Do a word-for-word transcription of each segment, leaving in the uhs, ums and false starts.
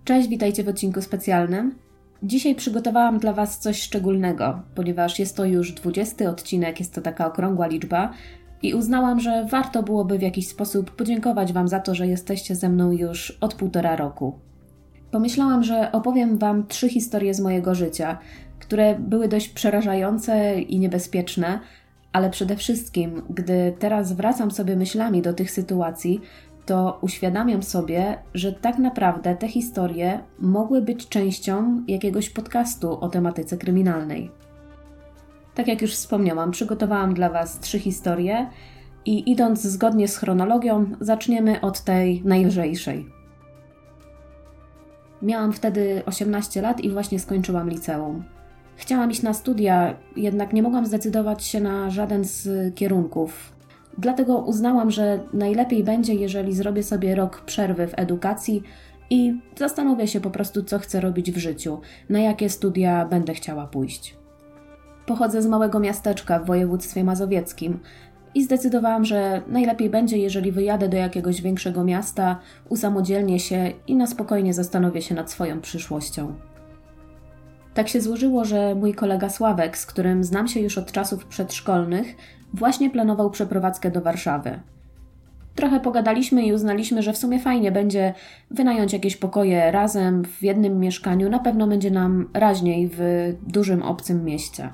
Cześć, witajcie w odcinku specjalnym. Dzisiaj przygotowałam dla Was coś szczególnego, ponieważ jest to już dwudziesty odcinek, jest to taka okrągła liczba i uznałam, że warto byłoby w jakiś sposób podziękować Wam za to, że jesteście ze mną już od półtora roku. Pomyślałam, że opowiem Wam trzy historie z mojego życia, które były dość przerażające i niebezpieczne, ale przede wszystkim, gdy teraz wracam sobie myślami do tych sytuacji, to uświadamiam sobie, że tak naprawdę te historie mogły być częścią jakiegoś podcastu o tematyce kryminalnej. Tak jak już wspomniałam, przygotowałam dla Was trzy historie i idąc zgodnie z chronologią, zaczniemy od tej najlżejszej. Miałam wtedy osiemnaście lat i właśnie skończyłam liceum. Chciałam iść na studia, jednak nie mogłam zdecydować się na żaden z kierunków. Dlatego uznałam, że najlepiej będzie, jeżeli zrobię sobie rok przerwy w edukacji i zastanowię się po prostu, co chcę robić w życiu, na jakie studia będę chciała pójść. Pochodzę z małego miasteczka w województwie mazowieckim i zdecydowałam, że najlepiej będzie, jeżeli wyjadę do jakiegoś większego miasta, usamodzielnię się i na spokojnie zastanowię się nad swoją przyszłością. Tak się złożyło, że mój kolega Sławek, z którym znam się już od czasów przedszkolnych, właśnie planował przeprowadzkę do Warszawy. Trochę pogadaliśmy i uznaliśmy, że w sumie fajnie będzie wynająć jakieś pokoje razem w jednym mieszkaniu. Na pewno będzie nam raźniej w dużym, obcym mieście.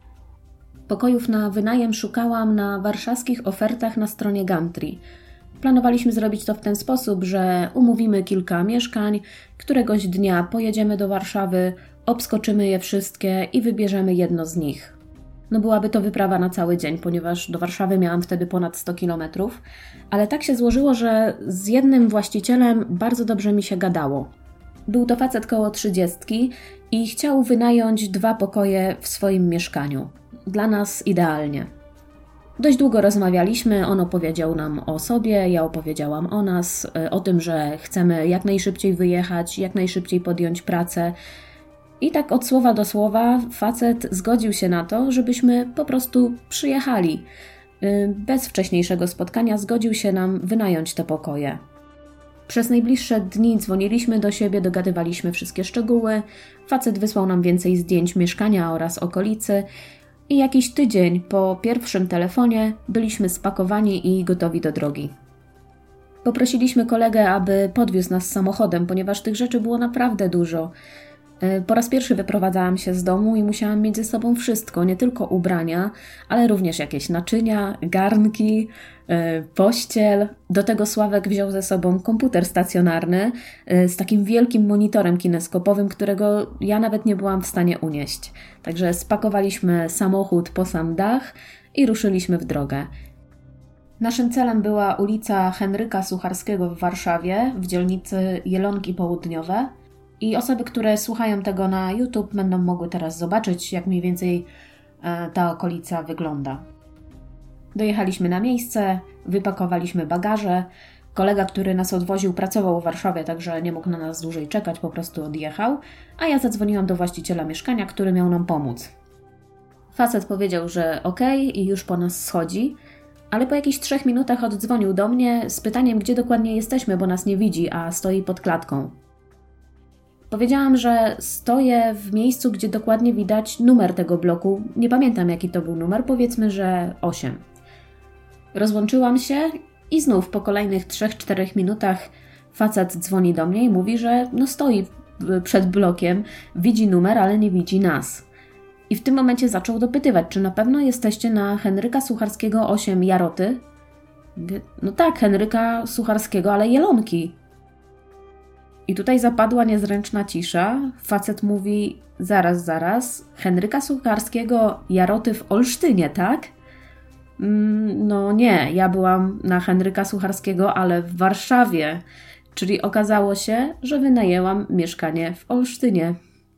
Pokojów na wynajem szukałam na warszawskich ofertach na stronie Gumtree. Planowaliśmy zrobić to w ten sposób, że umówimy kilka mieszkań, któregoś dnia pojedziemy do Warszawy, obskoczymy je wszystkie i wybierzemy jedno z nich. No byłaby to wyprawa na cały dzień, ponieważ do Warszawy miałam wtedy ponad sto kilometrów, ale tak się złożyło, że z jednym właścicielem bardzo dobrze mi się gadało. Był to facet koło trzydziestki i chciał wynająć dwa pokoje w swoim mieszkaniu. Dla nas idealnie. Dość długo rozmawialiśmy, on opowiedział nam o sobie, ja opowiedziałam o nas, o tym, że chcemy jak najszybciej wyjechać, jak najszybciej podjąć pracę. I tak od słowa do słowa facet zgodził się na to, żebyśmy po prostu przyjechali. Bez wcześniejszego spotkania zgodził się nam wynająć te pokoje. Przez najbliższe dni dzwoniliśmy do siebie, dogadywaliśmy wszystkie szczegóły. Facet wysłał nam więcej zdjęć mieszkania oraz okolicy. I jakiś tydzień po pierwszym telefonie byliśmy spakowani i gotowi do drogi. Poprosiliśmy kolegę, aby podwiózł nas samochodem, ponieważ tych rzeczy było naprawdę dużo. Po raz pierwszy wyprowadzałam się z domu i musiałam mieć ze sobą wszystko, nie tylko ubrania, ale również jakieś naczynia, garnki, pościel. Do tego Sławek wziął ze sobą komputer stacjonarny z takim wielkim monitorem kineskopowym, którego ja nawet nie byłam w stanie unieść. Także spakowaliśmy samochód po sam dach i ruszyliśmy w drogę. Naszym celem była ulica Henryka Sucharskiego w Warszawie, w dzielnicy Jelonki Południowe. I osoby, które słuchają tego na YouTube, będą mogły teraz zobaczyć, jak mniej więcej ta okolica wygląda. Dojechaliśmy na miejsce, wypakowaliśmy bagaże. Kolega, który nas odwoził, pracował w Warszawie, także nie mógł na nas dłużej czekać, po prostu odjechał, a ja zadzwoniłam do właściciela mieszkania, który miał nam pomóc. Facet powiedział, że okej i już po nas schodzi, ale po jakichś trzech minutach oddzwonił do mnie z pytaniem, gdzie dokładnie jesteśmy, bo nas nie widzi, a stoi pod klatką. Powiedziałam, że stoję w miejscu, gdzie dokładnie widać numer tego bloku. Nie pamiętam, jaki to był numer, powiedzmy, że osiem. Rozłączyłam się i znów po kolejnych trzech czterech minutach facet dzwoni do mnie i mówi, że no stoi przed blokiem, widzi numer, ale nie widzi nas. I w tym momencie zaczął dopytywać, czy na pewno jesteście na Henryka Sucharskiego osiem Jaroty? No tak, Henryka Sucharskiego, ale Jelonki. I tutaj zapadła niezręczna cisza. Facet mówi, zaraz, zaraz, Henryka Sucharskiego Jaroty w Olsztynie, tak? Mm, no nie, ja byłam na Henryka Sucharskiego, ale w Warszawie. Czyli okazało się, że wynajęłam mieszkanie w Olsztynie.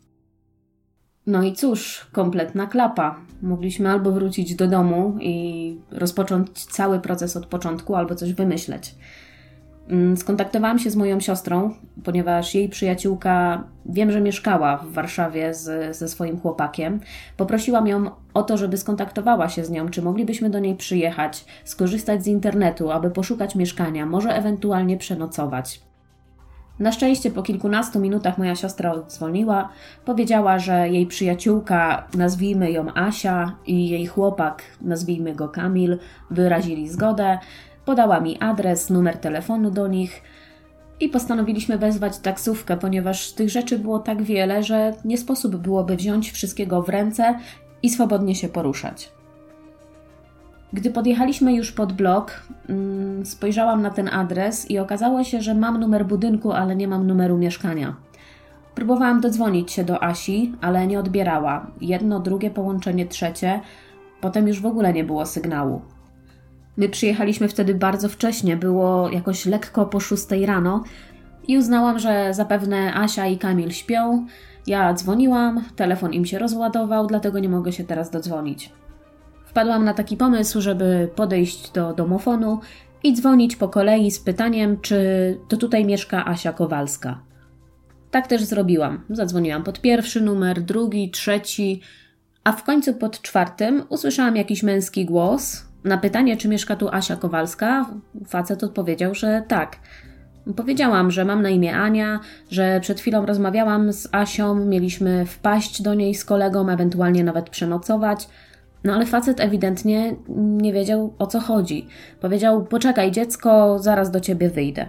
No i cóż, kompletna klapa. Mogliśmy albo wrócić do domu i rozpocząć cały proces od początku, albo coś wymyśleć. Skontaktowałam się z moją siostrą, ponieważ jej przyjaciółka, wiem, że mieszkała w Warszawie z, ze swoim chłopakiem. Poprosiłam ją o to, żeby skontaktowała się z nią, czy moglibyśmy do niej przyjechać, skorzystać z internetu, aby poszukać mieszkania, może ewentualnie przenocować. Na szczęście po kilkunastu minutach moja siostra odzwoniła, powiedziała, że jej przyjaciółka, nazwijmy ją Asia, i jej chłopak, nazwijmy go Kamil, wyrazili zgodę, podała mi adres, numer telefonu do nich i postanowiliśmy wezwać taksówkę, ponieważ tych rzeczy było tak wiele, że nie sposób byłoby wziąć wszystkiego w ręce i swobodnie się poruszać. Gdy podjechaliśmy już pod blok, spojrzałam na ten adres i okazało się, że mam numer budynku, ale nie mam numeru mieszkania. Próbowałam dodzwonić się do Asi, ale nie odbierała. Jedno, drugie połączenie, trzecie. Potem już w ogóle nie było sygnału. My przyjechaliśmy wtedy bardzo wcześnie, było jakoś lekko po szóstej rano i uznałam, że zapewne Asia i Kamil śpią. Ja dzwoniłam, telefon im się rozładował, dlatego nie mogę się teraz dodzwonić. Wpadłam na taki pomysł, żeby podejść do domofonu i dzwonić po kolei z pytaniem, czy to tutaj mieszka Asia Kowalska. Tak też zrobiłam. Zadzwoniłam pod pierwszy numer, drugi, trzeci, a w końcu pod czwartym usłyszałam jakiś męski głos. Na pytanie, czy mieszka tu Asia Kowalska, facet odpowiedział, że tak. Powiedziałam, że mam na imię Ania, że przed chwilą rozmawiałam z Asią, mieliśmy wpaść do niej z kolegą, ewentualnie nawet przenocować. No ale facet ewidentnie nie wiedział, o co chodzi. Powiedział: poczekaj dziecko, zaraz do ciebie wyjdę.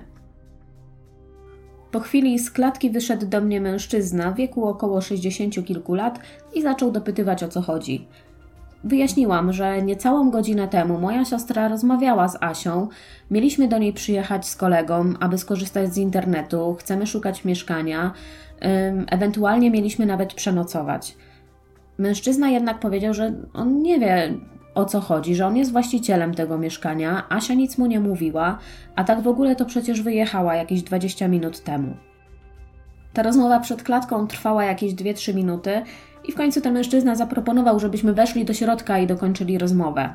Po chwili z klatki wyszedł do mnie mężczyzna w wieku około sześćdziesięciu kilku lat i zaczął dopytywać, o co chodzi. Wyjaśniłam, że niecałą godzinę temu moja siostra rozmawiała z Asią, mieliśmy do niej przyjechać z kolegą, aby skorzystać z internetu, chcemy szukać mieszkania, ewentualnie mieliśmy nawet przenocować. Mężczyzna jednak powiedział, że on nie wie, o co chodzi, że on jest właścicielem tego mieszkania, Asia nic mu nie mówiła, a tak w ogóle to przecież wyjechała jakieś dwadzieścia minut temu. Ta rozmowa przed klatką trwała jakieś dwie trzy minuty i w końcu ten mężczyzna zaproponował, żebyśmy weszli do środka i dokończyli rozmowę.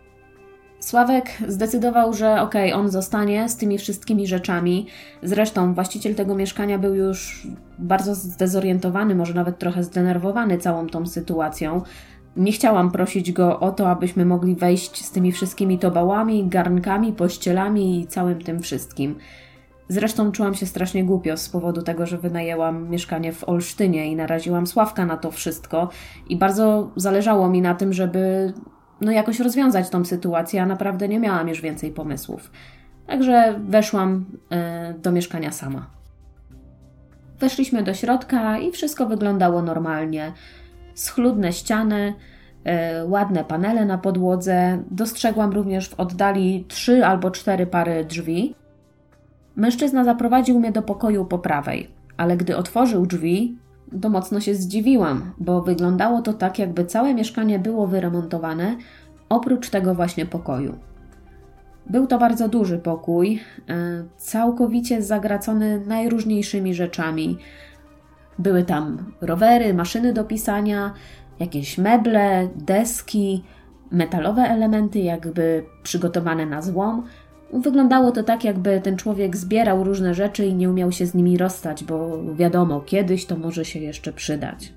Sławek zdecydował, że okej, on zostanie z tymi wszystkimi rzeczami. Zresztą właściciel tego mieszkania był już bardzo zdezorientowany, może nawet trochę zdenerwowany całą tą sytuacją. Nie chciałam prosić go o to, abyśmy mogli wejść z tymi wszystkimi tobałami, garnkami, pościelami i całym tym wszystkim. Zresztą czułam się strasznie głupio z powodu tego, że wynajęłam mieszkanie w Olsztynie i naraziłam Sławka na to wszystko i bardzo zależało mi na tym, żeby no jakoś rozwiązać tą sytuację, a naprawdę nie miałam już więcej pomysłów. Także weszłam y, do mieszkania sama. Weszliśmy do środka i wszystko wyglądało normalnie. Schludne ściany, y, ładne panele na podłodze. Dostrzegłam również w oddali trzy albo cztery pary drzwi. Mężczyzna zaprowadził mnie do pokoju po prawej, ale gdy otworzył drzwi, to mocno się zdziwiłam, bo wyglądało to tak, jakby całe mieszkanie było wyremontowane, oprócz tego właśnie pokoju. Był to bardzo duży pokój, całkowicie zagracony najróżniejszymi rzeczami. Były tam rowery, maszyny do pisania, jakieś meble, deski, metalowe elementy jakby przygotowane na złom. Wyglądało to tak, jakby ten człowiek zbierał różne rzeczy i nie umiał się z nimi rozstać, bo wiadomo, kiedyś to może się jeszcze przydać.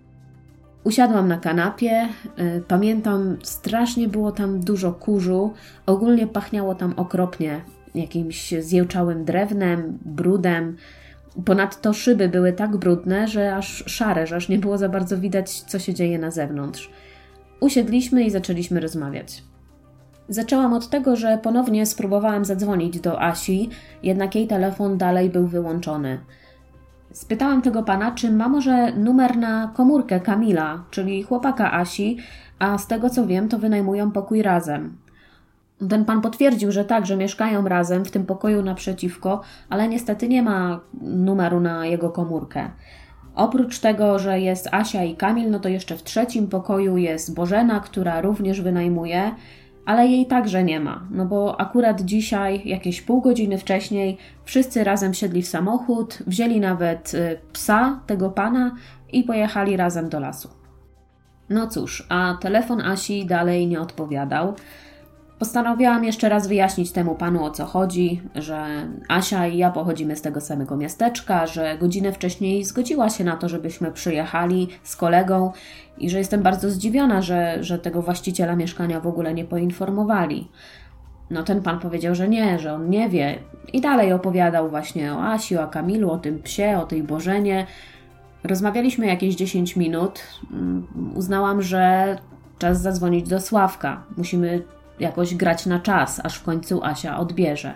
Usiadłam na kanapie, pamiętam, strasznie było tam dużo kurzu, ogólnie pachniało tam okropnie, jakimś zjełczałym drewnem, brudem. Ponadto szyby były tak brudne, że aż szare, że aż nie było za bardzo widać, co się dzieje na zewnątrz. Usiedliśmy i zaczęliśmy rozmawiać. Zaczęłam od tego, że ponownie spróbowałam zadzwonić do Asi, jednak jej telefon dalej był wyłączony. Spytałam tego pana, czy ma może numer na komórkę Kamila, czyli chłopaka Asi, a z tego co wiem, to wynajmują pokój razem. Ten pan potwierdził, że tak, że mieszkają razem w tym pokoju naprzeciwko, ale niestety nie ma numeru na jego komórkę. Oprócz tego, że jest Asia i Kamil, no to jeszcze w trzecim pokoju jest Bożena, która również wynajmuje, ale jej także nie ma, no bo akurat dzisiaj, jakieś pół godziny wcześniej, wszyscy razem wsiedli w samochód, wzięli nawet psa tego pana i pojechali razem do lasu. No cóż, a telefon Asi dalej nie odpowiadał. Postanowiłam jeszcze raz wyjaśnić temu panu, o co chodzi, że Asia i ja pochodzimy z tego samego miasteczka, że godzinę wcześniej zgodziła się na to, żebyśmy przyjechali z kolegą i że jestem bardzo zdziwiona, że, że tego właściciela mieszkania w ogóle nie poinformowali. No ten pan powiedział, że nie, że on nie wie. I dalej opowiadał właśnie o Asi, o Kamilu, o tym psie, o tej Bożenie. Rozmawialiśmy jakieś dziesięć minut. Uznałam, że czas zadzwonić do Sławka. Musimy jakoś grać na czas, aż w końcu Asia odbierze.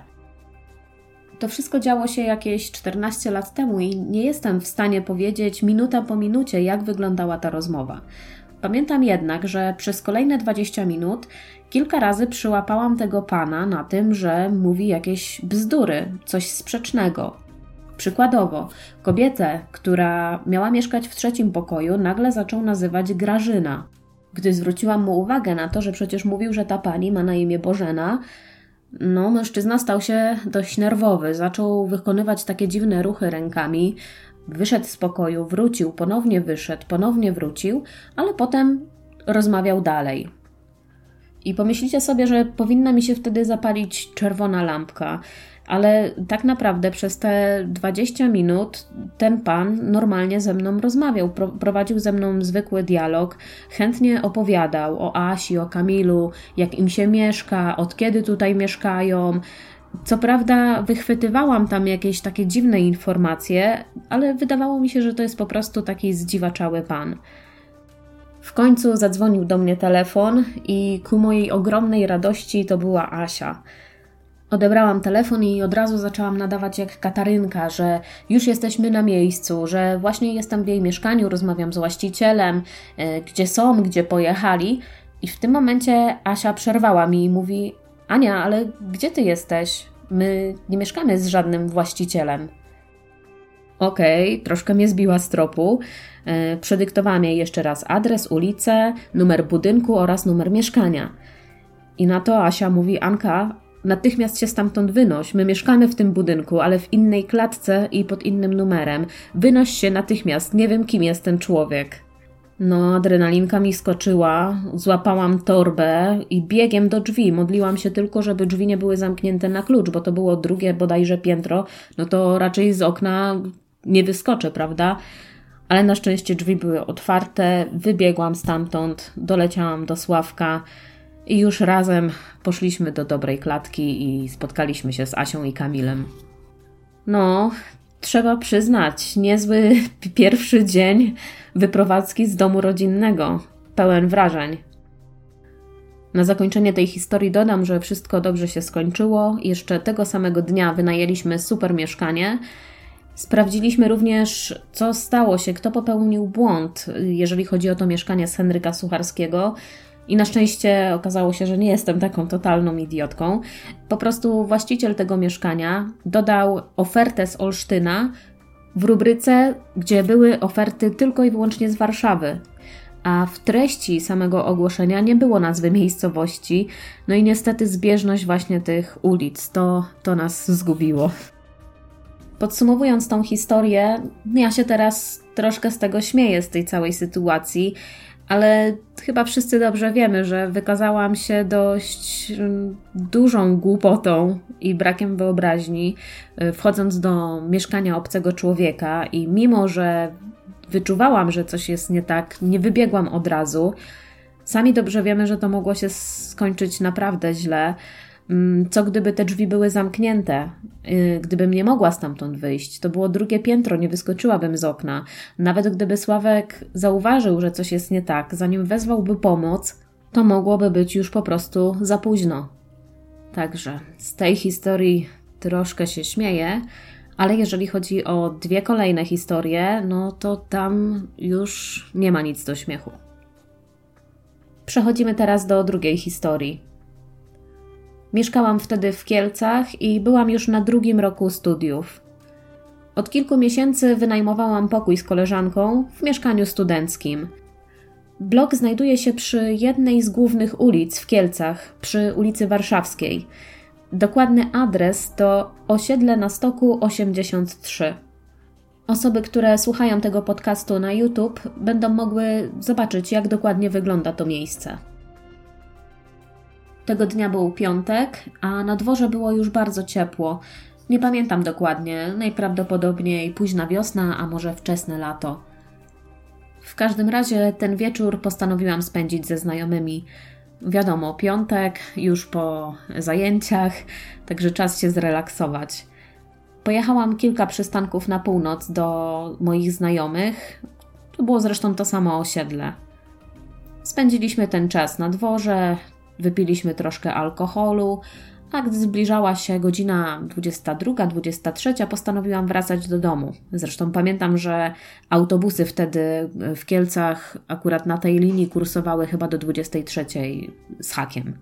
To wszystko działo się jakieś czternaście lat temu i nie jestem w stanie powiedzieć minuta po minucie, jak wyglądała ta rozmowa. Pamiętam jednak, że przez kolejne dwadzieścia minut kilka razy przyłapałam tego pana na tym, że mówi jakieś bzdury, coś sprzecznego. Przykładowo, kobietę, która miała mieszkać w trzecim pokoju, nagle zaczął nazywać Grażyna. Gdy zwróciłam mu uwagę na to, że przecież mówił, że ta pani ma na imię Bożena, no mężczyzna stał się dość nerwowy, zaczął wykonywać takie dziwne ruchy rękami, wyszedł z pokoju, wrócił, ponownie wyszedł, ponownie wrócił, ale potem rozmawiał dalej. I pomyślicie sobie, że powinna mi się wtedy zapalić czerwona lampka, ale tak naprawdę przez te dwadzieścia minut ten pan normalnie ze mną rozmawiał, pro- prowadził ze mną zwykły dialog, chętnie opowiadał o Asi, o Kamilu, jak im się mieszka, od kiedy tutaj mieszkają. Co prawda wychwytywałam tam jakieś takie dziwne informacje, ale wydawało mi się, że to jest po prostu taki zdziwaczały pan. W końcu zadzwonił do mnie telefon i ku mojej ogromnej radości to była Asia. Odebrałam telefon i od razu zaczęłam nadawać jak Katarynka, że już jesteśmy na miejscu, że właśnie jestem w jej mieszkaniu, rozmawiam z właścicielem, yy, gdzie są, gdzie pojechali. I w tym momencie Asia przerwała mi i mówi: Ania, ale gdzie ty jesteś? My nie mieszkamy z żadnym właścicielem. Okej, okay, troszkę mnie zbiła z tropu. Yy, przedyktowałam jej jeszcze raz adres, ulicę, numer budynku oraz numer mieszkania. I na to Asia mówi: Anka, natychmiast się stamtąd wynoś. My mieszkamy w tym budynku, ale w innej klatce i pod innym numerem. Wynoś się natychmiast, nie wiem kim jest ten człowiek. No, adrenalinka mi skoczyła, złapałam torbę i biegiem do drzwi. Modliłam się tylko, żeby drzwi nie były zamknięte na klucz, bo to było drugie bodajże piętro, no to raczej z okna nie wyskoczę, prawda? Ale na szczęście drzwi były otwarte, wybiegłam stamtąd, doleciałam do Sławka i już razem poszliśmy do dobrej klatki i spotkaliśmy się z Asią i Kamilem. No, trzeba przyznać, niezły pierwszy dzień wyprowadzki z domu rodzinnego, pełen wrażeń. Na zakończenie tej historii dodam, że wszystko dobrze się skończyło. Jeszcze tego samego dnia wynajęliśmy super mieszkanie. Sprawdziliśmy również, co stało się, kto popełnił błąd, jeżeli chodzi o to mieszkanie z Henryka Sucharskiego. I na szczęście okazało się, że nie jestem taką totalną idiotką. Po prostu właściciel tego mieszkania dodał ofertę z Olsztyna w rubryce, gdzie były oferty tylko i wyłącznie z Warszawy. A w treści samego ogłoszenia nie było nazwy miejscowości. No i niestety zbieżność właśnie tych ulic, to, to nas zgubiło. Podsumowując tą historię, ja się teraz troszkę z tego śmieję, z tej całej sytuacji, ale chyba wszyscy dobrze wiemy, że wykazałam się dość dużą głupotą i brakiem wyobraźni, wchodząc do mieszkania obcego człowieka i mimo, że wyczuwałam, że coś jest nie tak, nie wybiegłam od razu. Sami dobrze wiemy, że to mogło się skończyć naprawdę źle. Co gdyby te drzwi były zamknięte? Gdybym nie mogła stamtąd wyjść, to było drugie piętro, nie wyskoczyłabym z okna. Nawet gdyby Sławek zauważył, że coś jest nie tak, zanim wezwałby pomoc, to mogłoby być już po prostu za późno. Także z tej historii troszkę się śmieję, ale jeżeli chodzi o dwie kolejne historie, no to tam już nie ma nic do śmiechu. Przechodzimy teraz do drugiej historii. Mieszkałam wtedy w Kielcach i byłam już na drugim roku studiów. Od kilku miesięcy wynajmowałam pokój z koleżanką w mieszkaniu studenckim. Blok znajduje się przy jednej z głównych ulic w Kielcach, przy ulicy Warszawskiej. Dokładny adres to osiedle na Stoku osiemdziesiąt trzy. Osoby, które słuchają tego podcastu na YouTube, będą mogły zobaczyć, jak dokładnie wygląda to miejsce. Tego dnia był piątek, a na dworze było już bardzo ciepło. Nie pamiętam dokładnie, najprawdopodobniej późna wiosna, a może wczesne lato. W każdym razie ten wieczór postanowiłam spędzić ze znajomymi. Wiadomo, piątek, już po zajęciach, także czas się zrelaksować. Pojechałam kilka przystanków na północ do moich znajomych. To było zresztą to samo osiedle. Spędziliśmy ten czas na dworze, wypiliśmy troszkę alkoholu, a gdy zbliżała się godzina dwudziesta druga, dwudziesta trzecia, postanowiłam wracać do domu. Zresztą pamiętam, że autobusy wtedy w Kielcach akurat na tej linii kursowały chyba do dwudziestej trzeciej z hakiem.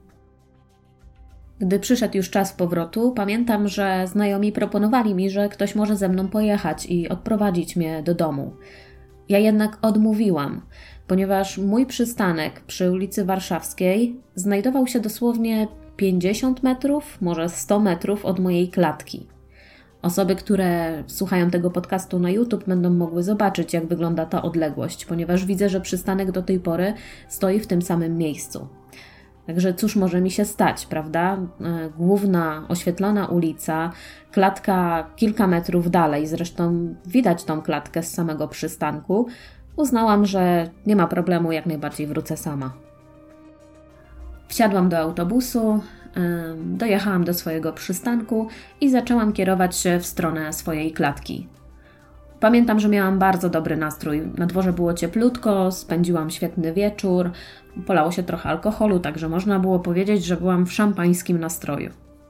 Gdy przyszedł już czas powrotu, pamiętam, że znajomi proponowali mi, że ktoś może ze mną pojechać i odprowadzić mnie do domu. Ja jednak odmówiłam, ponieważ mój przystanek przy ulicy Warszawskiej znajdował się dosłownie pięćdziesiąt metrów, może sto metrów od mojej klatki. Osoby, które słuchają tego podcastu na YouTube, będą mogły zobaczyć, jak wygląda ta odległość, ponieważ widzę, że przystanek do tej pory stoi w tym samym miejscu. Także cóż może mi się stać, prawda? Główna, oświetlona ulica, klatka kilka metrów dalej, zresztą widać tą klatkę z samego przystanku. Uznałam, że nie ma problemu, jak najbardziej wrócę sama. Wsiadłam do autobusu, dojechałam do swojego przystanku i zaczęłam kierować się w stronę swojej klatki. Pamiętam, że miałam bardzo dobry nastrój. Na dworze było cieplutko, spędziłam świetny wieczór, polało się trochę alkoholu, także można było powiedzieć, że byłam w szampańskim nastroju.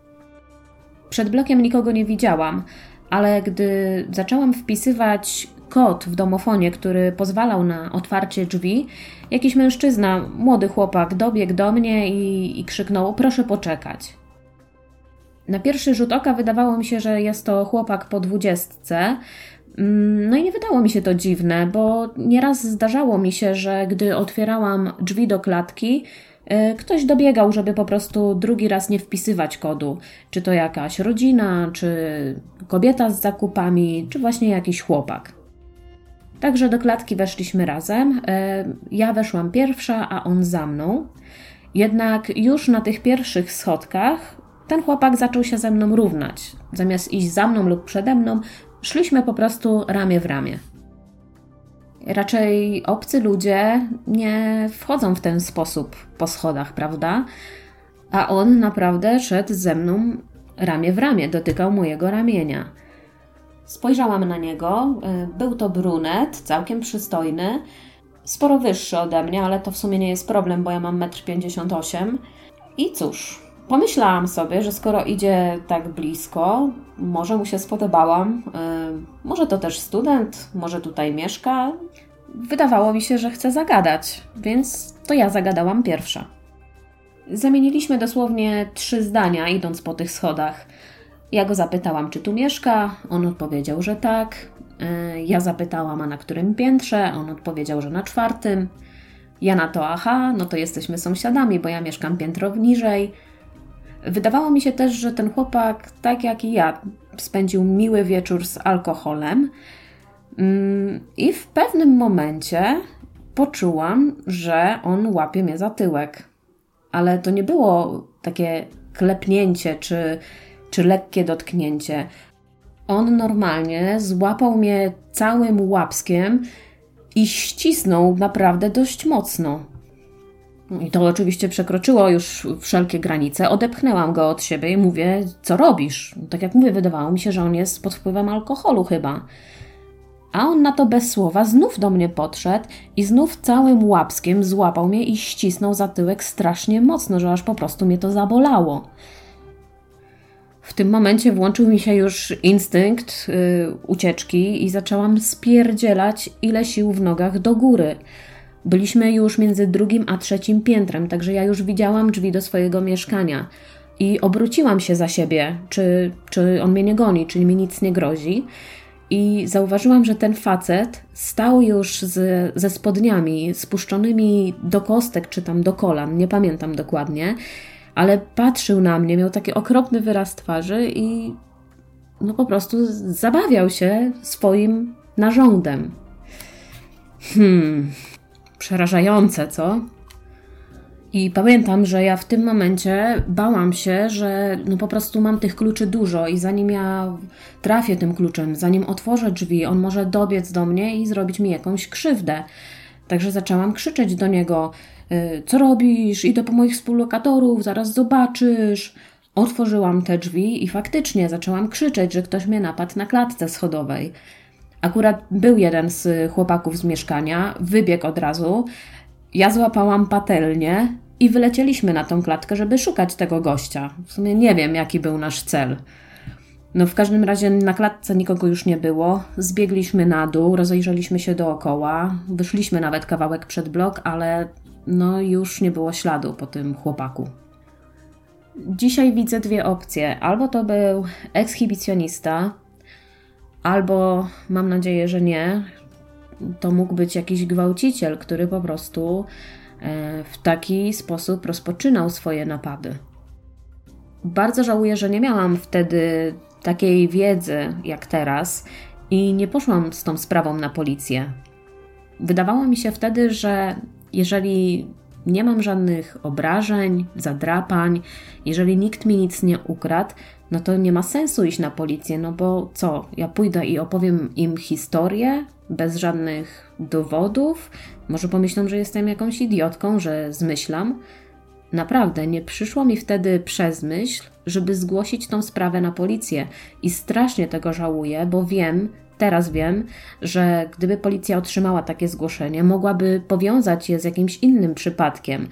Przed blokiem nikogo nie widziałam, ale gdy zaczęłam wpisywać kod w domofonie, który pozwalał na otwarcie drzwi, jakiś mężczyzna, młody chłopak, dobiegł do mnie i, i krzyknął: proszę poczekać. Na pierwszy rzut oka wydawało mi się, że jest to chłopak po dwudziestce. No i nie wydało mi się to dziwne, bo nieraz zdarzało mi się, że gdy otwierałam drzwi do klatki, ktoś dobiegał, żeby po prostu drugi raz nie wpisywać kodu. Czy to jakaś rodzina, czy kobieta z zakupami, czy właśnie jakiś chłopak. Także do klatki weszliśmy razem. Ja weszłam pierwsza, a on za mną. Jednak już na tych pierwszych schodkach ten chłopak zaczął się ze mną równać. Zamiast iść za mną lub przede mną, szliśmy po prostu ramię w ramię. Raczej obcy ludzie nie wchodzą w ten sposób po schodach, prawda? A on naprawdę szedł ze mną ramię w ramię, dotykał mojego ramienia. Spojrzałam na niego, był to brunet, całkiem przystojny, sporo wyższy ode mnie, ale to w sumie nie jest problem, bo ja mam metr pięćdziesiąt osiem. I cóż, pomyślałam sobie, że skoro idzie tak blisko, może mu się spodobałam, yy, może to też student, może tutaj mieszka. Wydawało mi się, że chce zagadać, więc to ja zagadałam pierwsza. Zamieniliśmy dosłownie trzy zdania, idąc po tych schodach. Ja go zapytałam, czy tu mieszka, on odpowiedział, że tak. Yy, ja zapytałam, a na którym piętrze, on odpowiedział, że na czwartym. Ja na to, aha, no to jesteśmy sąsiadami, bo ja mieszkam piętro niżej. Wydawało mi się też, że ten chłopak, tak jak i ja, spędził miły wieczór z alkoholem i w pewnym momencie poczułam, że on łapie mnie za tyłek. Ale to nie było takie klepnięcie czy, czy lekkie dotknięcie. On normalnie złapał mnie całym łapskiem i ścisnął naprawdę dość mocno. I to oczywiście przekroczyło już wszelkie granice. Odepchnęłam go od siebie i mówię: co robisz? Tak jak mówię, wydawało mi się, że on jest pod wpływem alkoholu chyba. A on na to bez słowa znów do mnie podszedł i znów całym łapskiem złapał mnie i ścisnął za tyłek strasznie mocno, że aż po prostu mnie to zabolało. W tym momencie włączył mi się już instynkt yy, ucieczki i zaczęłam spierdzielać ile sił w nogach do góry. Byliśmy już między drugim a trzecim piętrem, także ja już widziałam drzwi do swojego mieszkania i obróciłam się za siebie, czy, czy on mnie nie goni, czy mi nic nie grozi. I zauważyłam, że ten facet stał już z, ze spodniami spuszczonymi do kostek, czy tam do kolan, nie pamiętam dokładnie, ale patrzył na mnie, miał taki okropny wyraz twarzy i no po prostu zabawiał się swoim narządem. Hmm... Przerażające, co? I pamiętam, że ja w tym momencie bałam się, że no po prostu mam tych kluczy dużo i zanim ja trafię tym kluczem, zanim otworzę drzwi, on może dobiec do mnie i zrobić mi jakąś krzywdę. Także zaczęłam krzyczeć do niego: Co robisz? Idę po moich współlokatorów, zaraz zobaczysz. Otworzyłam te drzwi i faktycznie zaczęłam krzyczeć, że ktoś mnie napadł na klatce schodowej. Akurat był jeden z chłopaków z mieszkania, wybiegł od razu. Ja złapałam patelnię i wylecieliśmy na tą klatkę, żeby szukać tego gościa. W sumie nie wiem, jaki był nasz cel. No w każdym razie na klatce nikogo już nie było. Zbiegliśmy na dół, rozejrzeliśmy się dookoła. Wyszliśmy nawet kawałek przed blok, ale no już nie było śladu po tym chłopaku. Dzisiaj widzę dwie opcje. Albo to był ekshibicjonista, albo, mam nadzieję, że nie, to mógł być jakiś gwałciciel, który po prostu w taki sposób rozpoczynał swoje napady. Bardzo żałuję, że nie miałam wtedy takiej wiedzy jak teraz i nie poszłam z tą sprawą na policję. Wydawało mi się wtedy, że jeżeli nie mam żadnych obrażeń, zadrapań, jeżeli nikt mi nic nie ukradł, no to nie ma sensu iść na policję, no bo co, ja pójdę i opowiem im historię bez żadnych dowodów? Może pomyślą, że jestem jakąś idiotką, że zmyślam? Naprawdę, nie przyszło mi wtedy przez myśl, żeby zgłosić tą sprawę na policję i strasznie tego żałuję, bo wiem, teraz wiem, że gdyby policja otrzymała takie zgłoszenie, mogłaby powiązać je z jakimś innym przypadkiem.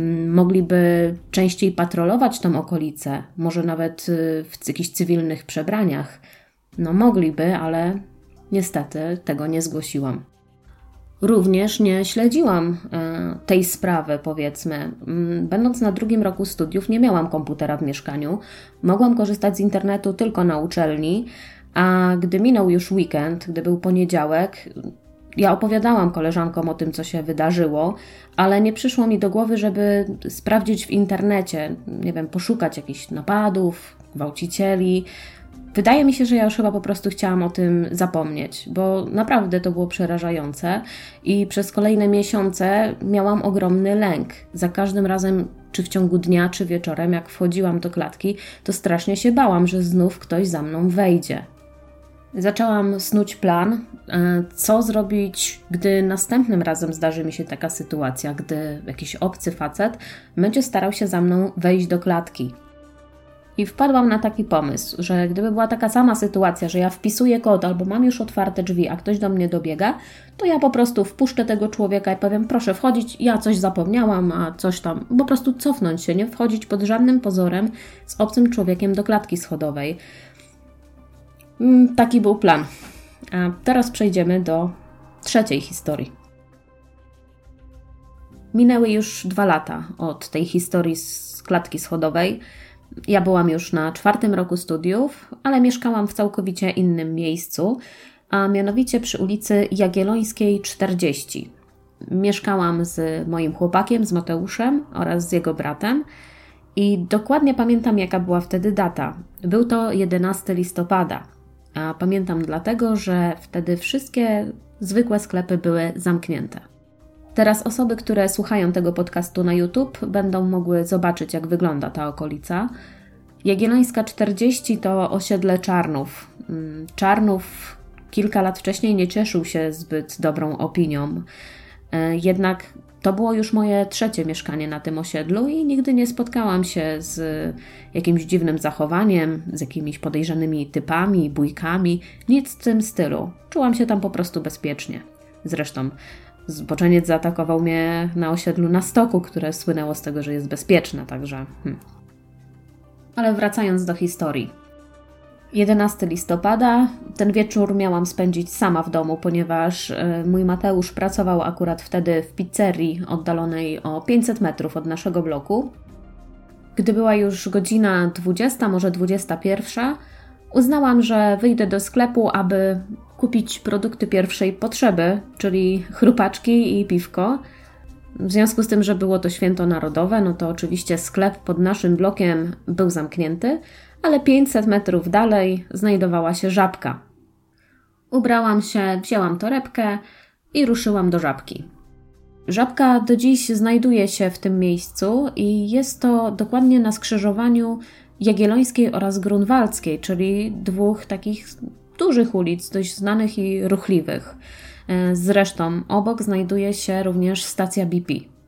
Mogliby częściej patrolować tą okolicę, może nawet w jakichś cywilnych przebraniach. No mogliby, ale niestety tego nie zgłosiłam. Również nie śledziłam tej sprawy, powiedzmy. Będąc na drugim roku studiów, nie miałam komputera w mieszkaniu. Mogłam korzystać z internetu tylko na uczelni, a gdy minął już weekend, gdy był poniedziałek, ja opowiadałam koleżankom o tym, co się wydarzyło, ale nie przyszło mi do głowy, żeby sprawdzić w internecie, nie wiem, poszukać jakichś napadów, gwałcicieli. Wydaje mi się, że ja już chyba po prostu chciałam o tym zapomnieć, bo naprawdę to było przerażające i przez kolejne miesiące miałam ogromny lęk. Za każdym razem, czy w ciągu dnia, czy wieczorem, jak wchodziłam do klatki, to strasznie się bałam, że znów ktoś za mną wejdzie. Zaczęłam snuć plan, co zrobić, gdy następnym razem zdarzy mi się taka sytuacja, gdy jakiś obcy facet będzie starał się za mną wejść do klatki. I wpadłam na taki pomysł, że gdyby była taka sama sytuacja, że ja wpisuję kod albo mam już otwarte drzwi, a ktoś do mnie dobiega, to ja po prostu wpuszczę tego człowieka i powiem, proszę wchodzić, ja coś zapomniałam, a coś tam, po prostu cofnąć się, nie wchodzić pod żadnym pozorem z obcym człowiekiem do klatki schodowej. Taki był plan. A teraz przejdziemy do trzeciej historii. Minęły już dwa lata od tej historii z klatki schodowej. Ja byłam już na czwartym roku studiów, ale mieszkałam w całkowicie innym miejscu, a mianowicie przy ulicy Jagiellońskiej czterdzieści. Mieszkałam z moim chłopakiem, z Mateuszem oraz z jego bratem i dokładnie pamiętam, jaka była wtedy data. Był to jedenastego listopada, a pamiętam dlatego, że wtedy wszystkie zwykłe sklepy były zamknięte. Teraz osoby, które słuchają tego podcastu na YouTube, będą mogły zobaczyć, jak wygląda ta okolica. Jagiellońska czterdzieści to osiedle Czarnów. Czarnów kilka lat wcześniej nie cieszył się zbyt dobrą opinią. Jednak to było już moje trzecie mieszkanie na tym osiedlu i nigdy nie spotkałam się z jakimś dziwnym zachowaniem, z jakimiś podejrzanymi typami, bójkami, nic w tym stylu. Czułam się tam po prostu bezpiecznie. Zresztą zboczeniec zaatakował mnie na osiedlu na Stoku, które słynęło z tego, że jest bezpieczne, także... Hmm. Ale wracając do historii. jedenastego listopada, ten wieczór miałam spędzić sama w domu, ponieważ mój Mateusz pracował akurat wtedy w pizzerii oddalonej o pięćset metrów od naszego bloku. Gdy była już godzina dwudziesta, może dwudziesta pierwsza, uznałam, że wyjdę do sklepu, aby kupić produkty pierwszej potrzeby, czyli chrupaczki i piwko. W związku z tym, że było to święto narodowe, no to oczywiście sklep pod naszym blokiem był zamknięty, ale pięćset metrów dalej znajdowała się Żabka. Ubrałam się, wzięłam torebkę i ruszyłam do Żabki. Żabka do dziś znajduje się w tym miejscu i jest to dokładnie na skrzyżowaniu Jagiellońskiej oraz Grunwaldzkiej, czyli dwóch takich dużych ulic, dość znanych i ruchliwych. Zresztą obok znajduje się również stacja B P.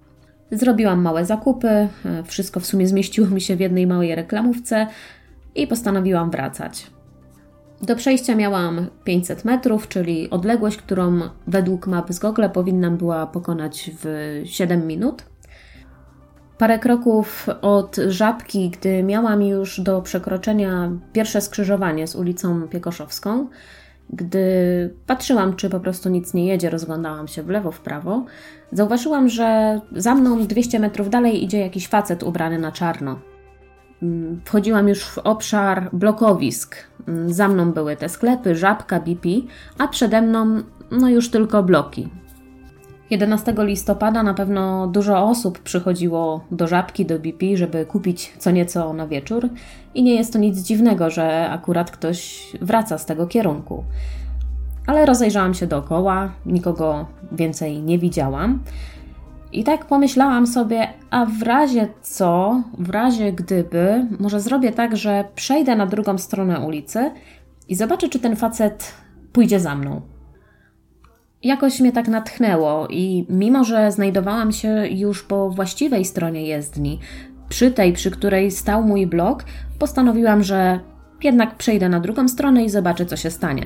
Zrobiłam małe zakupy, wszystko w sumie zmieściło mi się w jednej małej reklamówce i postanowiłam wracać. Do przejścia miałam pięćset metrów, czyli odległość, którą według mapy z Google powinnam była pokonać w siedem minut. Parę kroków od Żabki, gdy miałam już do przekroczenia pierwsze skrzyżowanie z ulicą Piekoszowską, gdy patrzyłam, czy po prostu nic nie jedzie, rozglądałam się w lewo, w prawo, zauważyłam, że za mną dwieście metrów dalej idzie jakiś facet ubrany na czarno. Wchodziłam już w obszar blokowisk. Za mną były te sklepy, Żabka, B P, a przede mną no już tylko bloki. jedenastego listopada na pewno dużo osób przychodziło do Żabki, do B P, żeby kupić co nieco na wieczór i nie jest to nic dziwnego, że akurat ktoś wraca z tego kierunku. Ale rozejrzałam się dookoła, nikogo więcej nie widziałam i tak pomyślałam sobie, a w razie co, w razie gdyby, może zrobię tak, że przejdę na drugą stronę ulicy i zobaczę, czy ten facet pójdzie za mną. Jakoś mnie tak natchnęło i mimo, że znajdowałam się już po właściwej stronie jezdni, przy tej, przy której stał mój blok, postanowiłam, że jednak przejdę na drugą stronę i zobaczę, co się stanie.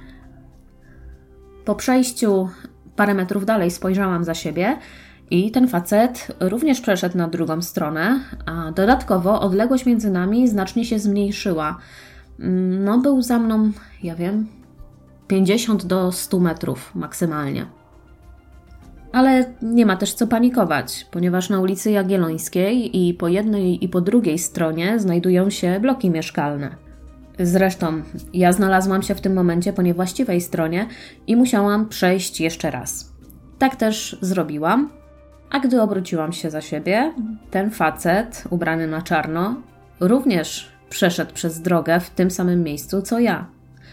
Po przejściu parę metrów dalej spojrzałam za siebie i ten facet również przeszedł na drugą stronę, a dodatkowo odległość między nami znacznie się zmniejszyła. No, był za mną, ja wiem, pięćdziesiąt do stu metrów maksymalnie. Ale nie ma też co panikować, ponieważ na ulicy Jagiellońskiej i po jednej i po drugiej stronie znajdują się bloki mieszkalne. Zresztą ja znalazłam się w tym momencie po niewłaściwej stronie i musiałam przejść jeszcze raz. Tak też zrobiłam, a gdy obróciłam się za siebie, ten facet ubrany na czarno również przeszedł przez drogę w tym samym miejscu co ja.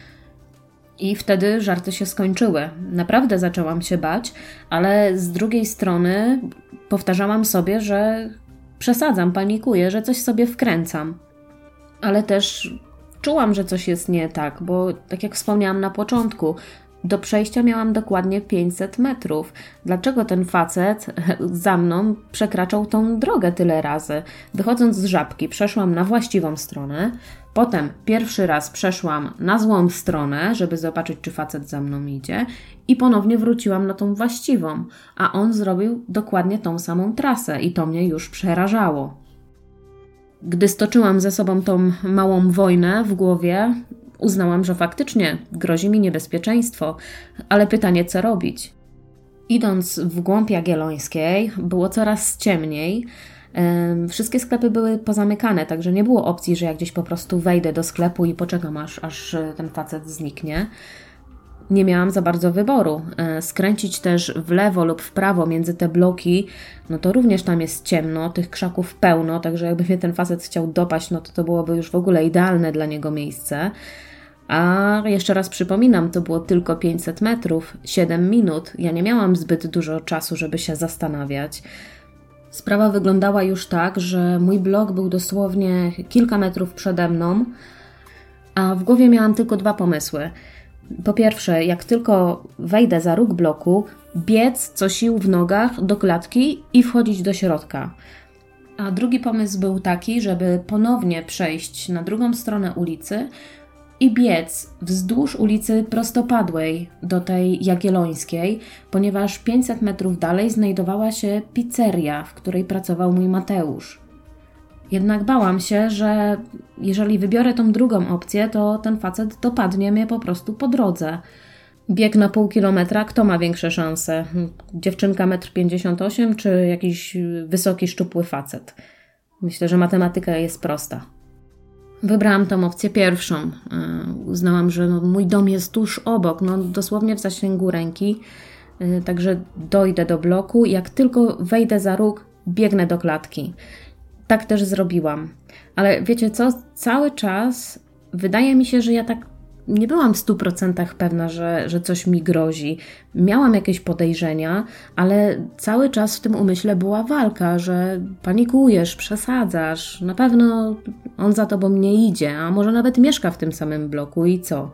I wtedy żarty się skończyły. Naprawdę zaczęłam się bać, ale z drugiej strony powtarzałam sobie, że przesadzam, panikuję, że coś sobie wkręcam. Ale też czułam, że coś jest nie tak, bo tak jak wspomniałam na początku, do przejścia miałam dokładnie pięćset metrów. Dlaczego ten facet za mną przekraczał tą drogę tyle razy? Wychodząc z Żabki przeszłam na właściwą stronę, potem pierwszy raz przeszłam na złą stronę, żeby zobaczyć, czy facet za mną idzie i ponownie wróciłam na tą właściwą, a on zrobił dokładnie tą samą trasę i to mnie już przerażało. Gdy stoczyłam ze sobą tą małą wojnę w głowie, uznałam, że faktycznie grozi mi niebezpieczeństwo, ale pytanie, co robić? Idąc w głąb Jagiellońskiej, było coraz ciemniej. Wszystkie sklepy były pozamykane, także nie było opcji, że ja gdzieś po prostu wejdę do sklepu i poczekam, aż, aż ten facet zniknie. Nie miałam za bardzo wyboru. Skręcić też w lewo lub w prawo między te bloki, no to również tam jest ciemno, tych krzaków pełno, także jakby mnie ten facet chciał dopaść, no to to byłoby już w ogóle idealne dla niego miejsce. A jeszcze raz przypominam, to było tylko pięćset metrów, siedem minut. Ja nie miałam zbyt dużo czasu, żeby się zastanawiać. Sprawa wyglądała już tak, że mój blok był dosłownie kilka metrów przede mną, a w głowie miałam tylko dwa pomysły. Po pierwsze, jak tylko wejdę za róg bloku, biec co sił w nogach do klatki i wchodzić do środka. A drugi pomysł był taki, żeby ponownie przejść na drugą stronę ulicy i biec wzdłuż ulicy Prostopadłej do tej Jagiellońskiej, ponieważ pięćset metrów dalej znajdowała się pizzeria, w której pracował mój Mateusz. Jednak bałam się, że jeżeli wybiorę tą drugą opcję, to ten facet dopadnie mnie po prostu po drodze. Bieg na pół kilometra, kto ma większe szanse? Dziewczynka metr pięćdziesiąt osiem czy jakiś wysoki, szczupły facet? Myślę, że matematyka jest prosta. Wybrałam tą opcję pierwszą. Uznałam, że no, mój dom jest tuż obok, no dosłownie w zasięgu ręki, także dojdę do bloku. Jak tylko wejdę za róg, biegnę do klatki. Tak też zrobiłam. Ale wiecie co? Cały czas wydaje mi się, że ja tak nie byłam w stu procentach pewna, że, że coś mi grozi. Miałam jakieś podejrzenia, ale cały czas w tym umyśle była walka, że panikujesz, przesadzasz. Na pewno on za tobą nie idzie, a może nawet mieszka w tym samym bloku i co?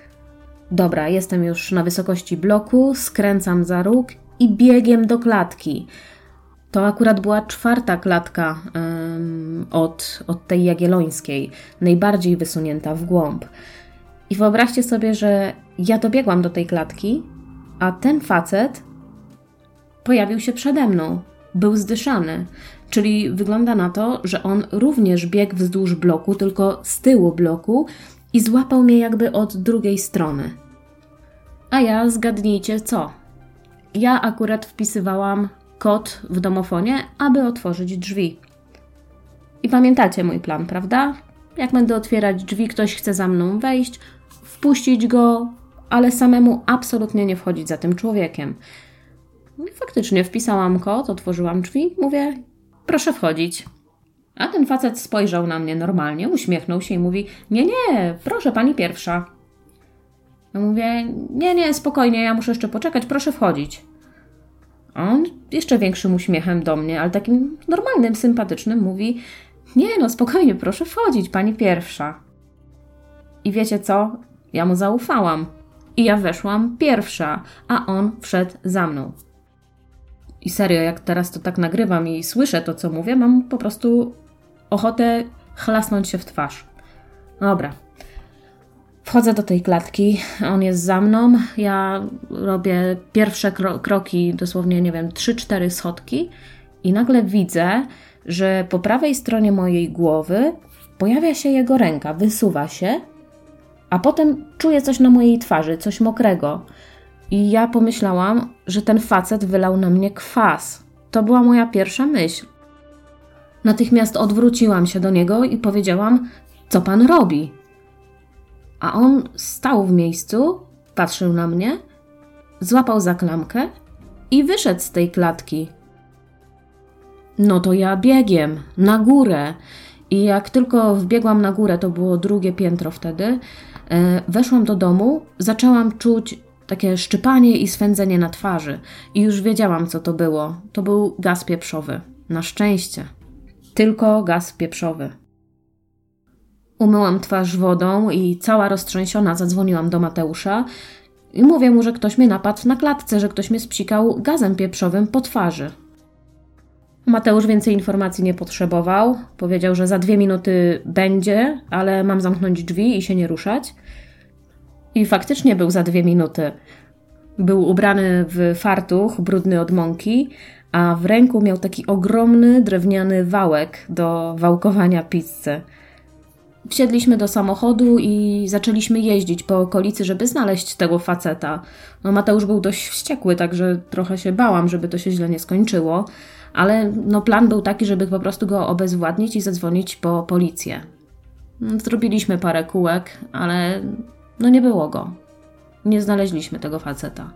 Dobra, jestem już na wysokości bloku, skręcam za róg i biegiem do klatki. To akurat była czwarta klatka um, od, od tej Jagiellońskiej, najbardziej wysunięta w głąb. I wyobraźcie sobie, że ja dobiegłam do tej klatki, a ten facet pojawił się przede mną. Był zdyszany, czyli wygląda na to, że on również biegł wzdłuż bloku, tylko z tyłu bloku i złapał mnie jakby od drugiej strony. A ja, zgadnijcie co? Ja akurat wpisywałam kod w domofonie, aby otworzyć drzwi. I pamiętacie mój plan, prawda? Jak będę otwierać drzwi, ktoś chce za mną wejść, wpuścić go, ale samemu absolutnie nie wchodzić za tym człowiekiem. I faktycznie wpisałam kod, otworzyłam drzwi, mówię, proszę wchodzić. A ten facet spojrzał na mnie normalnie, uśmiechnął się i mówi, nie, nie, proszę pani pierwsza. Ja mówię, nie, nie, spokojnie, ja muszę jeszcze poczekać, proszę wchodzić. A on jeszcze większym uśmiechem do mnie, ale takim normalnym, sympatycznym mówi, nie no, spokojnie, proszę wchodzić, pani pierwsza. I wiecie co? Ja mu zaufałam. I ja weszłam pierwsza, a on wszedł za mną. I serio, jak teraz to tak nagrywam i słyszę to, co mówię, mam po prostu ochotę chlasnąć się w twarz. Dobra. Wchodzę do tej klatki, on jest za mną, ja robię pierwsze kro- kroki, dosłownie, nie wiem, trzy cztery schodki i nagle widzę, że po prawej stronie mojej głowy pojawia się jego ręka, wysuwa się, a potem czuję coś na mojej twarzy, coś mokrego. I ja pomyślałam, że ten facet wylał na mnie kwas. To była moja pierwsza myśl. Natychmiast odwróciłam się do niego i powiedziałam, co pan robi? A on stał w miejscu, patrzył na mnie, złapał za klamkę i wyszedł z tej klatki. No to ja biegiem na górę i jak tylko wbiegłam na górę, to było drugie piętro wtedy, weszłam do domu, zaczęłam czuć takie szczypanie i swędzenie na twarzy i już wiedziałam, co to było. To był gaz pieprzowy. Na szczęście. Tylko gaz pieprzowy. Umyłam twarz wodą i cała roztrzęsiona zadzwoniłam do Mateusza i mówię mu, że ktoś mnie napadł na klatce, że ktoś mnie spsikał gazem pieprzowym po twarzy. Mateusz więcej informacji nie potrzebował. Powiedział, że za dwie minuty będzie, ale mam zamknąć drzwi i się nie ruszać. I faktycznie był za dwie minuty. Był ubrany w fartuch, brudny od mąki, a w ręku miał taki ogromny drewniany wałek do wałkowania pizzy. Wsiedliśmy do samochodu i zaczęliśmy jeździć po okolicy, żeby znaleźć tego faceta. No, Mateusz był dość wściekły, także trochę się bałam, żeby to się źle nie skończyło, ale no, plan był taki, żeby po prostu go obezwładnić i zadzwonić po policję. Zrobiliśmy parę kółek, ale no nie było go. Nie znaleźliśmy tego faceta.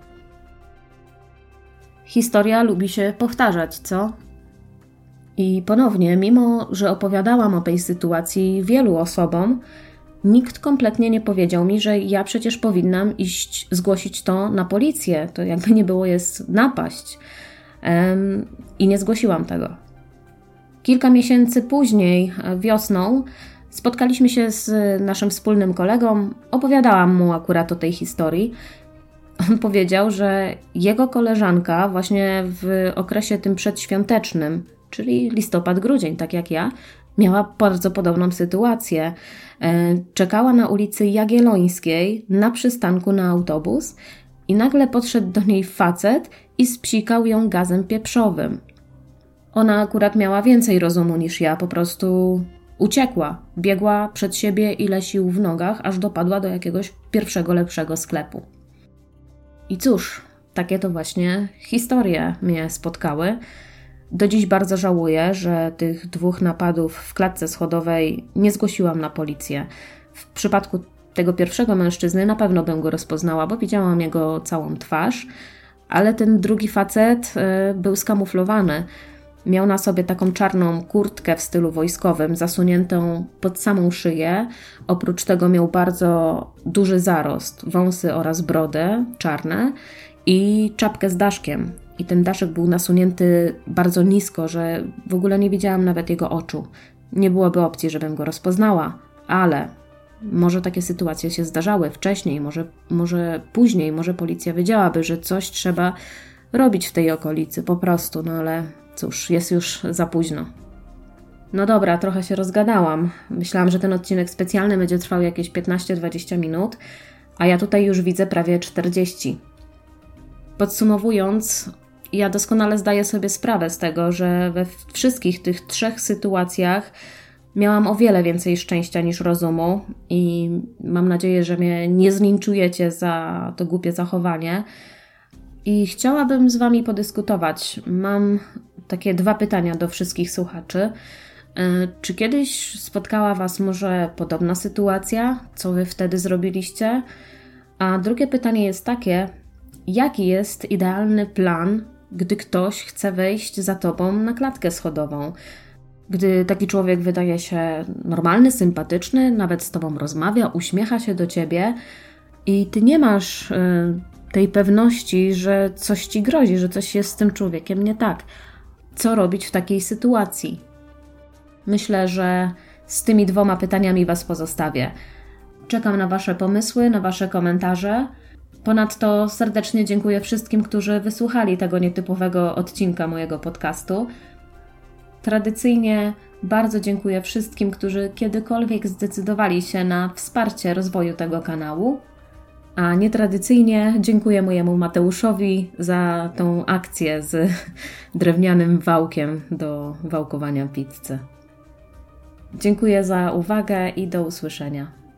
Historia lubi się powtarzać, co? I ponownie, mimo że opowiadałam o tej sytuacji wielu osobom, nikt kompletnie nie powiedział mi, że ja przecież powinnam iść zgłosić to na policję. To jakby nie było, jest napaść. Um, I nie zgłosiłam tego. Kilka miesięcy później, wiosną, spotkaliśmy się z naszym wspólnym kolegą. Opowiadałam mu akurat o tej historii. On powiedział, że jego koleżanka właśnie w okresie tym przedświątecznym, czyli listopad, grudzień, tak jak ja, miała bardzo podobną sytuację. Czekała na ulicy Jagiellońskiej na przystanku na autobus i nagle podszedł do niej facet i spsikał ją gazem pieprzowym. Ona akurat miała więcej rozumu niż ja, po prostu uciekła. Biegła przed siebie ile sił w nogach, aż dopadła do jakiegoś pierwszego, lepszego sklepu. I cóż, takie to właśnie historie mnie spotkały. Do dziś bardzo żałuję, że tych dwóch napadów w klatce schodowej nie zgłosiłam na policję. W przypadku tego pierwszego mężczyzny na pewno bym go rozpoznała, bo widziałam jego całą twarz, ale ten drugi facet był skamuflowany. Miał na sobie taką czarną kurtkę w stylu wojskowym, zasuniętą pod samą szyję. Oprócz tego miał bardzo duży zarost, wąsy oraz brodę czarne i czapkę z daszkiem. I ten daszek był nasunięty bardzo nisko, że w ogóle nie widziałam nawet jego oczu. Nie byłoby opcji, żebym go rozpoznała, ale może takie sytuacje się zdarzały wcześniej, może, może później, może policja wiedziałaby, że coś trzeba robić w tej okolicy po prostu, no ale cóż, jest już za późno. No dobra, trochę się rozgadałam. Myślałam, że ten odcinek specjalny będzie trwał jakieś piętnaście dwadzieścia minut, a ja tutaj już widzę prawie czterdzieści. Podsumowując, ja doskonale zdaję sobie sprawę z tego, że we wszystkich tych trzech sytuacjach miałam o wiele więcej szczęścia niż rozumu i mam nadzieję, że mnie nie zlinczujecie za to głupie zachowanie. I chciałabym z Wami podyskutować. Mam takie dwa pytania do wszystkich słuchaczy. Czy kiedyś spotkała Was może podobna sytuacja? Co Wy wtedy zrobiliście? A drugie pytanie jest takie, jaki jest idealny plan, gdy ktoś chce wejść za Tobą na klatkę schodową? Gdy taki człowiek wydaje się normalny, sympatyczny, nawet z Tobą rozmawia, uśmiecha się do Ciebie i Ty nie masz y, tej pewności, że coś Ci grozi, że coś jest z tym człowiekiem nie tak. Co robić w takiej sytuacji? Myślę, że z tymi dwoma pytaniami Was pozostawię. Czekam na Wasze pomysły, na Wasze komentarze. Ponadto serdecznie dziękuję wszystkim, którzy wysłuchali tego nietypowego odcinka mojego podcastu. Tradycyjnie bardzo dziękuję wszystkim, którzy kiedykolwiek zdecydowali się na wsparcie rozwoju tego kanału. A nietradycyjnie dziękuję mojemu Mateuszowi za tą akcję z drewnianym wałkiem do wałkowania pizzy. Dziękuję za uwagę i do usłyszenia.